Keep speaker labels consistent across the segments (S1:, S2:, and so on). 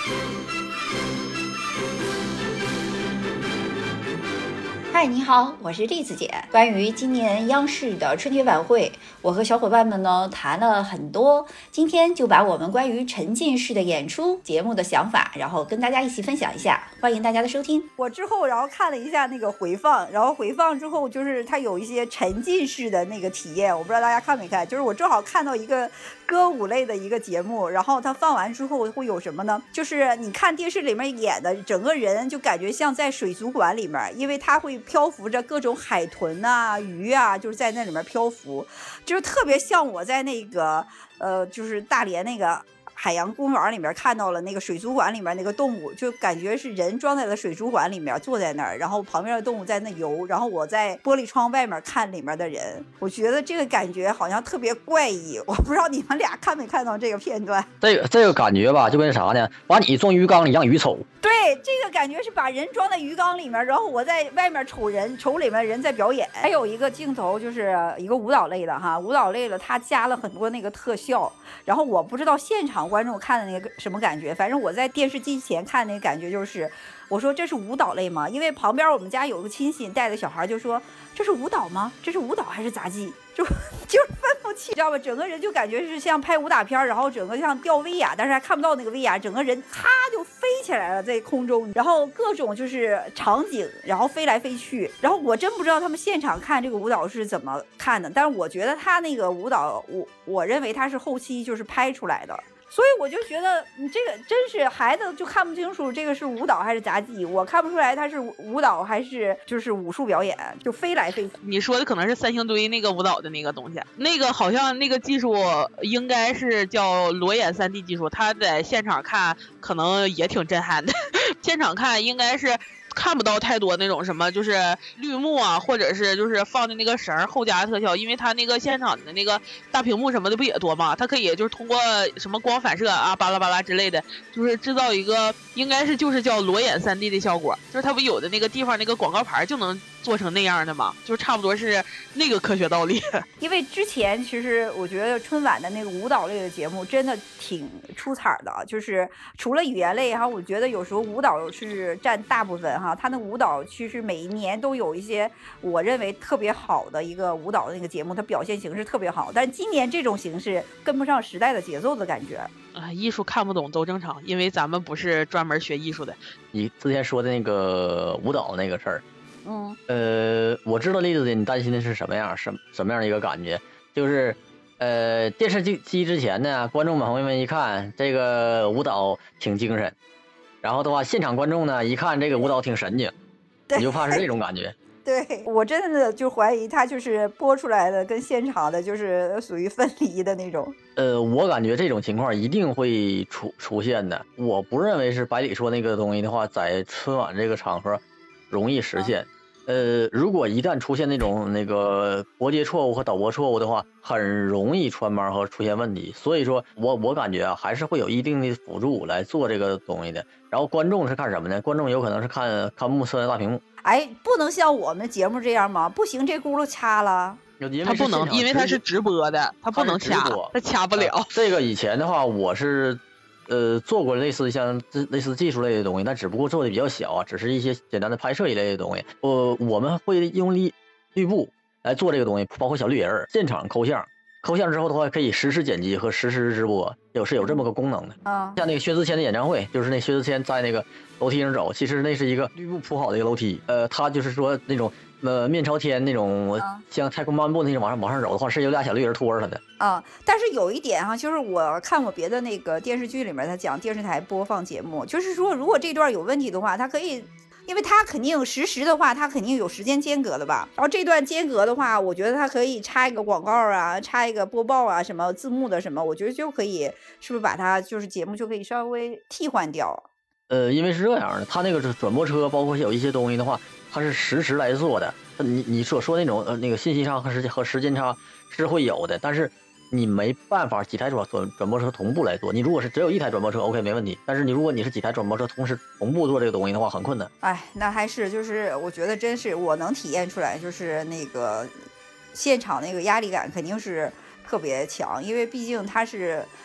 S1: 嗨，你好，我是栗子姐。关于今年央视的春节晚会，我和小伙伴们呢谈了很多，今天就把我们关于沉浸式的演出节目的想法，然后跟大家一起分享一下，欢迎大家的收听。
S2: 我之后然后看了一下那个回放，然后回放之后就是它有一些沉浸式的那个体验，我不知道大家看没看，就是我正好看到一个歌舞类的一个节目，然后它放完之后会有什么呢？就是你看电视里面演的整个人就感觉像在水族馆里面，因为它会漂浮着各种海豚啊、鱼啊，就是在那里面漂浮，就是特别像我在那个就是大连那个海洋公园里面看到了那个水族馆里面那个动物，就感觉是人装在了水族馆里面坐在那儿，然后旁边的动物在那游，然后我在玻璃窗外面看里面的人，我觉得这个感觉好像特别怪异。我不知道你们俩看没看到这个片段。
S3: 这个感觉吧，就跟啥呢，把你装鱼缸里让鱼瞅。
S2: 对，这个感觉是把人装在鱼缸里面，然后我在外面瞅人，瞅里面人在表演。还有一个镜头就是一个舞蹈类的哈，舞蹈类的它加了很多那个特效，然后我不知道现场观众看的那个什么感觉，反正我在电视机前看那个感觉就是，我说这是舞蹈类吗？因为旁边我们家有个亲戚带的小孩就说这是舞蹈吗？这是舞蹈还是杂技？就是分不清，知道吧？整个人就感觉是像拍武打片，然后整个像吊威亚，但是还看不到那个威亚，整个人咔就飞起来了在空中，然后各种就是场景，然后飞来飞去，然后我真不知道他们现场看这个舞蹈是怎么看的，但是我觉得他那个舞蹈，我认为他是后期就是拍出来的。所以我就觉得你这个真是孩子就看不清楚这个是舞蹈还是杂技，我看不出来它是舞蹈还是就是武术表演，就飞来飞去。
S4: 你说的可能是三星堆那个舞蹈的那个东西，那个好像那个技术应该是叫裸眼 3D 技术，他在现场看可能也挺震撼的。现场看应该是看不到太多那种什么就是绿幕啊，或者是就是放的那个绳后加特效，因为它那个现场的那个大屏幕什么的不也多嘛，它可以就是通过什么光反射啊巴拉巴拉之类的，就是制造一个应该是就是叫裸眼 3D 的效果，就是它不有的那个地方那个广告牌就能做成那样的嘛，就是差不多是那个科学道理。
S2: 因为之前其实我觉得春晚的那个舞蹈类的节目真的挺出彩的，就是除了语言类哈，我觉得有时候舞蹈是占大部分哈，他那舞蹈其实每一年都有一些我认为特别好的一个舞蹈的那个节目，它表现形式特别好，但今年这种形式跟不上时代的节奏的感觉。
S4: 艺术看不懂都正常，因为咱们不是专门学艺术的。
S3: 你之前说的那个舞蹈那个事儿，我知道栗子的你担心的是什么样的一个感觉，就是电视机之前呢，观众朋友们一看这个舞蹈挺精神，然后的话现场观众呢一看这个舞蹈挺神经，你就怕是这种感觉。
S2: 对，我真的就怀疑他就是播出来的跟现场的就是属于分离的那种。
S3: 我感觉这种情况一定会出现的，我不认为是百里说那个东西的话在春晚这个场合容易实现。如果一旦出现那个播接错误和导播错误的话，很容易穿帮和出现问题。所以说我感觉啊，还是会有一定的辅助来做这个东西的。然后观众是看什么呢？观众有可能是看目测的大屏幕。
S2: 哎，不能像我们节目这样吗？不行，这轱辘掐了。
S4: 他不能，因为他是直播的，他不能掐，他掐不了。
S3: 这个以前的话，我是做过类似技术类的东西，但只不过做的比较小啊，只是一些简单的拍摄一类的东西。我们会用绿布来做这个东西，包括小绿人现场抠像之后的话，可以实时剪辑和实时直播，有这么个功能的。像那个薛之谦的演唱会，就是那薛之谦在那个楼梯上走，其实那是一个绿布铺好的一个楼梯。他就是说那种面朝天那种像太空漫步那种往上走的话，是有俩小绿人拖着他的。
S2: 但是有一点哈，就是我看过别的那个电视剧里面，他讲电视台播放节目，就是说如果这段有问题的话，他可以。因为它肯定实时的话，它肯定有时间间隔的吧。然后这段间隔的话，我觉得它可以插一个广告啊，插一个播报啊，什么字幕的什么，我觉得就可以，是不是把它就是节目就可以稍微替换掉？
S3: 因为是这样的，它那个转播车包括有一些东西的话，它是实时来做的。你所说那种那个信息差和时间差是会有的，但是你没办法几台转播车同步来做。你如果是只有一台转播车 OK 没问题，但是如果你是几台转播车同时同步做这个东西的话，很困难。
S2: 那还是就是我觉得真是我能体验出来，就是那个现场那个压力感肯定是特别强，因为毕竟它是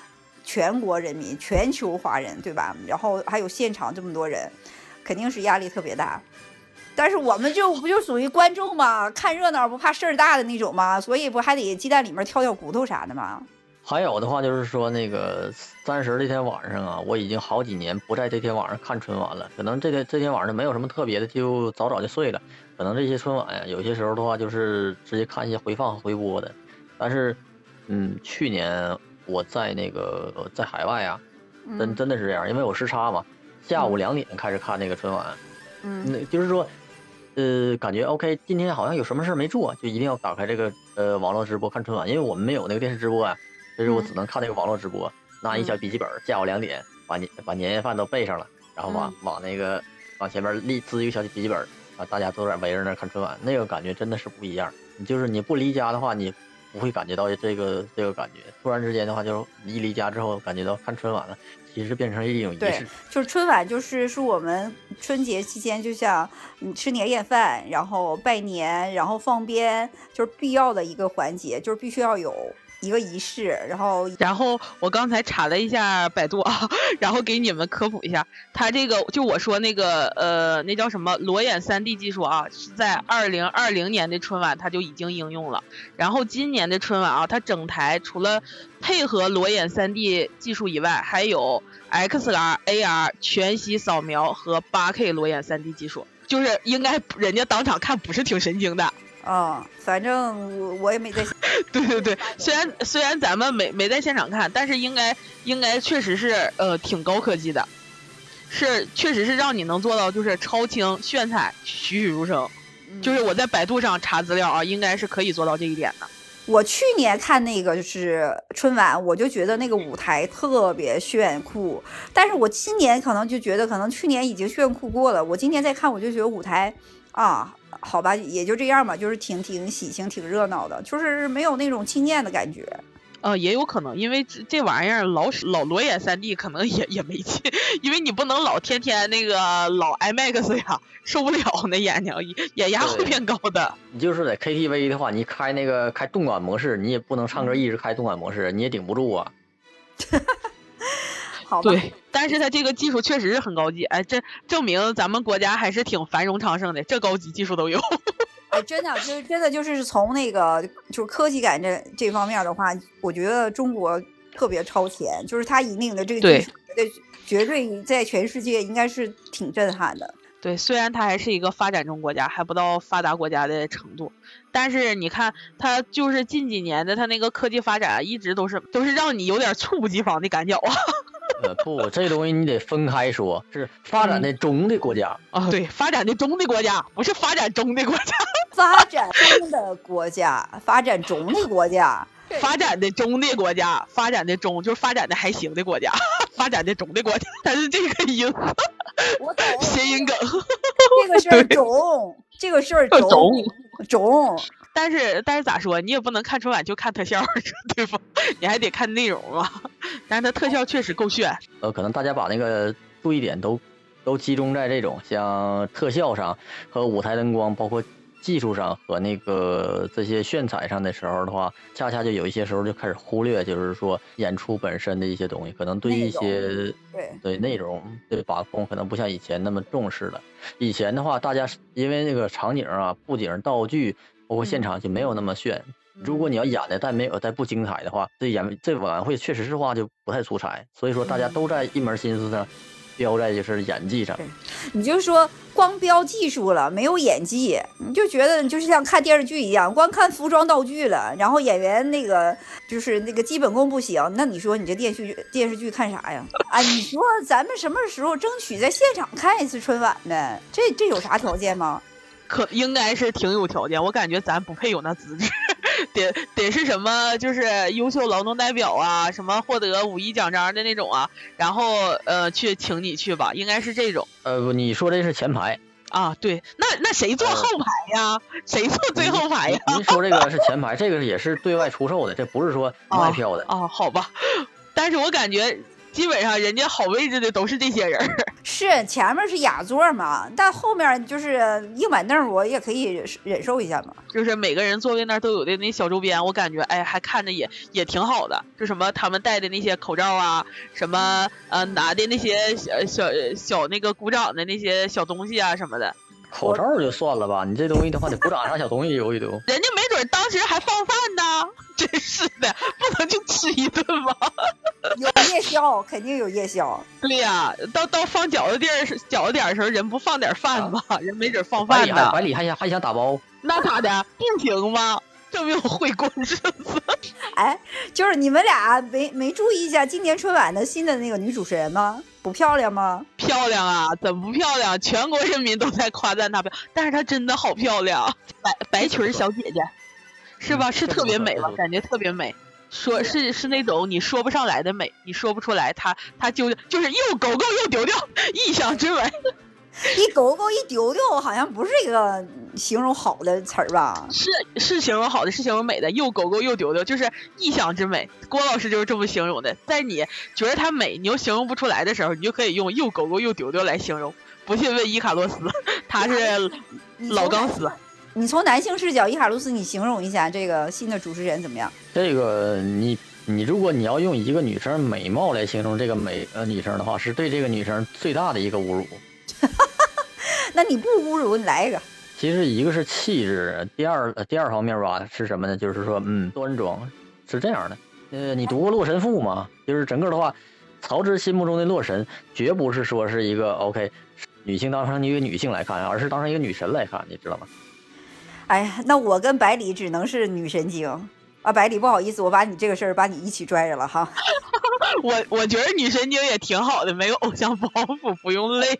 S2: 全国人民、全球华人，对吧？然后还有现场这么多人，肯定是压力特别大。但是我们不就属于观众嘛，看热闹不怕事儿大的那种嘛，所以不还得鸡蛋里面挑骨头啥的吗？
S3: 还有的话就是说，那个30这天晚上啊，我已经好几年不在这天晚上看春晚了。可能这天晚上没有什么特别的，就早就睡了。可能这些春晚呀，有些时候的话就是直接看一些回放和回播的。但是，去年我在在海外啊，真的是这样，因为我时差嘛，下午2点开始看那个春晚。那就是说，感觉 OK， 今天好像有什么事没做，就一定要打开这个网络直播看春晚，因为我们没有那个电视直播啊，所以我只能看那个网络直播，拿一小笔记本，下午2点把年夜饭都备上了，然后往前面支一个小笔记本，啊，大家都在围着那看春晚，那个感觉真的是不一样。你不离家的话，你不会感觉到这个感觉，突然之间的话，就是一离家之后感觉到看春晚了。其实变成一种仪式。
S2: 对，就是春晚，是我们春节期间，就像你吃年夜饭，然后拜年，然后放鞭，就是必要的一个环节，就是必须要有一个仪式。然后
S4: 我刚才查了一下百度啊，然后给你们科普一下，它这个就我说那个那叫什么裸眼3D 技术啊，是在2020年的春晚它就已经应用了。然后今年的春晚啊，它整台除了配合裸眼3D 技术以外，还有 XR、AR 全息扫描和8K 裸眼3D 技术，就是应该人家当场看不是挺神经的。
S2: 反正我也没在。
S4: 对，虽然咱们没在现场看，但是应该确实是挺高科技的，确实是让你能做到就是超清炫彩栩栩如生。就是我在百度上查资料啊，应该是可以做到这一点的。
S2: 我去年看那个就是春晚，我就觉得那个舞台特别炫酷，但是我今年可能就觉得，可能去年已经炫酷过了，我今年再看我就觉得舞台啊，好吧，也就这样吧，就是挺喜庆、挺热闹的，就是没有那种惊艳的感觉。
S4: 也有可能，因为这玩意儿老裸眼3D 可能也没劲，因为你不能天天那个老 IMAX 呀，受不了那眼睛，眼压会变高的。
S3: 你就是在 KTV 的话，你开动感模式，你也不能唱歌一直开动感模式，你也顶不住啊。
S2: 好吧。
S4: 对，但是它这个技术确实是很高级，哎，这证明咱们国家还是挺繁荣昌盛的，这高级技术都有。
S2: 真的就是从那个就是科技感这方面的话，我觉得中国特别超前，就是它引领的这个技术绝对在全世界应该是挺震撼的。
S4: 对，虽然它还是一个发展中国家，还不到发达国家的程度，但是你看它就是近几年的它那个科技发展一直都是让你有点猝不及防的感觉啊。
S3: 不，这东西你得分开说，是发展的中的国家
S4: 对，发展的中的国家，不是发展中的国家。
S2: 发展中的国家，发展中的国家，
S4: 发展的中的国家，发展的中就是发展的还行的国家，发展的中的国家，它是这个音，
S2: 我懂，
S4: 谐音梗。
S2: 这个事儿中，这个事儿中。
S4: 但是咋说，你也不能看春晚就看特效，对吧？你还得看内容嘛。但是它特效确实够炫。
S3: 可能大家把那个注意点都集中在这种像特效上和舞台灯光，包括技术上和这些炫彩上的时候的话，恰恰就有一些时候就开始忽略，就是说演出本身的一些东西，可能对一些对内容对把控可能不像以前那么重视了。以前的话，大家因为那个场景啊、布景、道具，包括现场就没有那么炫。如果你要演的但不精彩的话，这晚会确实是话就不太出彩。所以说大家都在一门心思上标在就是演技上。
S2: 你就说光标技术了，没有演技，你就觉得就是像看电视剧一样，光看服装道具了，然后演员就是那个基本功不行，那你说你这电视剧看啥呀？你说咱们什么时候争取在现场看一次春晚呢？这有啥条件吗？
S4: 应该是挺有条件，我感觉咱不配有那资质。得是什么，就是优秀劳动代表啊，什么获得5·1奖章的那种啊，然后去请你去吧，应该是这种。
S3: 不，你说的是前排
S4: 啊？对，那谁坐后排呀？谁坐最后排呀？
S3: 您说这个是前排，这个也是对外出售的，这不是说卖票的。
S4: 好吧。但是我感觉基本上人家好位置的都是这些人。
S2: 是前面是雅座嘛，但后面就是硬板凳，我也可以忍受一下嘛。
S4: 就是每个人座位那儿都有的那小周边，我感觉哎，还看着也挺好的。就什么他们戴的那些口罩啊，什么拿的那些小那个鼓掌的那些小东西啊什么的。
S3: 口罩就算了吧，你这东西的话，得鼓掌啥小东西有一堆。
S4: 人家没准当时还放饭呢，真是的，不能就吃一顿吗？
S2: 有夜宵，肯定有夜宵。
S4: 对呀，到放饺子点的时候，人不放点饭吗？人没准放饭呢。
S3: 百里还想打包，
S4: 那咋的？不行吗？证明我会过日子。
S2: 哎，就是你们俩没注意一下今年春晚的新的那个女主持人吗？不漂亮吗？
S4: 漂亮啊，怎么不漂亮？全国人民都在夸赞她漂亮，但是她真的好漂亮，白裙小姐姐，是吧？是特别美吧？感觉特别美。说是那种你说不上来的美，你说不出来，她就是又狗狗又丢丢，意象之美。
S2: 一狗狗一丢丢，好像不是一个形容好的词儿吧？
S4: 是形容好的，是形容美的，又狗狗又丢丢，就是意象之美。郭老师就是这么形容的。在你觉得它美，你又形容不出来的时候，你就可以用又狗狗又丢丢来形容。不信问伊卡洛斯，他是老钢丝。
S2: 你从男性视角，伊卡洛斯，你形容一下这个新的主持人怎么样？
S3: 这个你如果你要用一个女生美貌来形容这个女生的话，是对这个女生最大的一个侮辱。
S2: 那你不侮辱，你来一个。
S3: 其实一个是气质，第二方面吧是什么呢？就是说，端庄是这样的。你读过《洛神赋》吗？就是整个的话，曹植心目中的洛神，绝不是说是一个 OK 女性当成一个女性来看，而是当成一个女神来看，你知道吗？
S2: 哎呀，那我跟百里只能是女神经啊！百里，不好意思，我把你这个事儿把你一起拽着了哈。
S4: 我觉得女神经也挺好的，没有偶像包袱，不用累。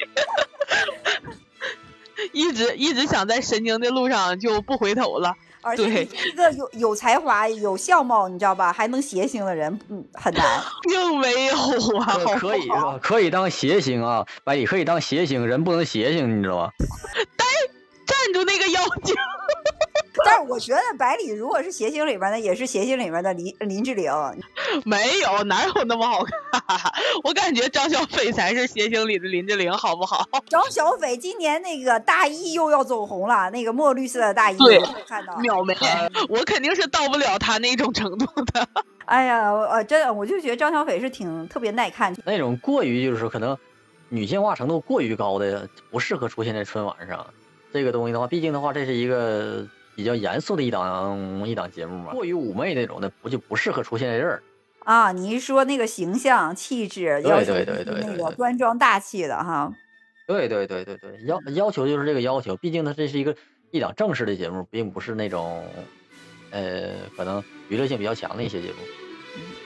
S4: 一直想在神经的路上就不回头了。
S2: 而且你是一个有才华、有相貌，你知道吧？还能谐星的人，很难。
S4: 并没有啊，
S3: 可以当谐星啊，百里可以当谐星，人不能谐星，你知道吗？
S4: 站住那个妖精。
S2: 但是我觉得百里如果是谐星里边的，也是谐星里面的林志玲。
S4: 没有，哪有那么好看？我感觉张小斐才是谐星里的林志玲，好不好？
S2: 张小斐今年那个大衣又要走红了，那个墨绿色的大衣，
S4: 对，
S2: 看到
S4: 秒没。我肯定是到不了他那种程度的。
S2: 哎呀，真的，我就觉得张小斐是特别耐看，
S3: 那种过于就是可能女性化程度过于高的，不适合出现在春晚上。这个东西的话，毕竟的话，这是一个比较严肃的一档节目嘛，过于妩媚那种的就不适合出现在这儿
S2: 啊。你是说那个形象气质，
S3: 对，
S2: 那个端庄大气的哈？
S3: 对，要求就是这个要求。毕竟它这是一档正式的节目，并不是那种可能娱乐性比较强的一些节目。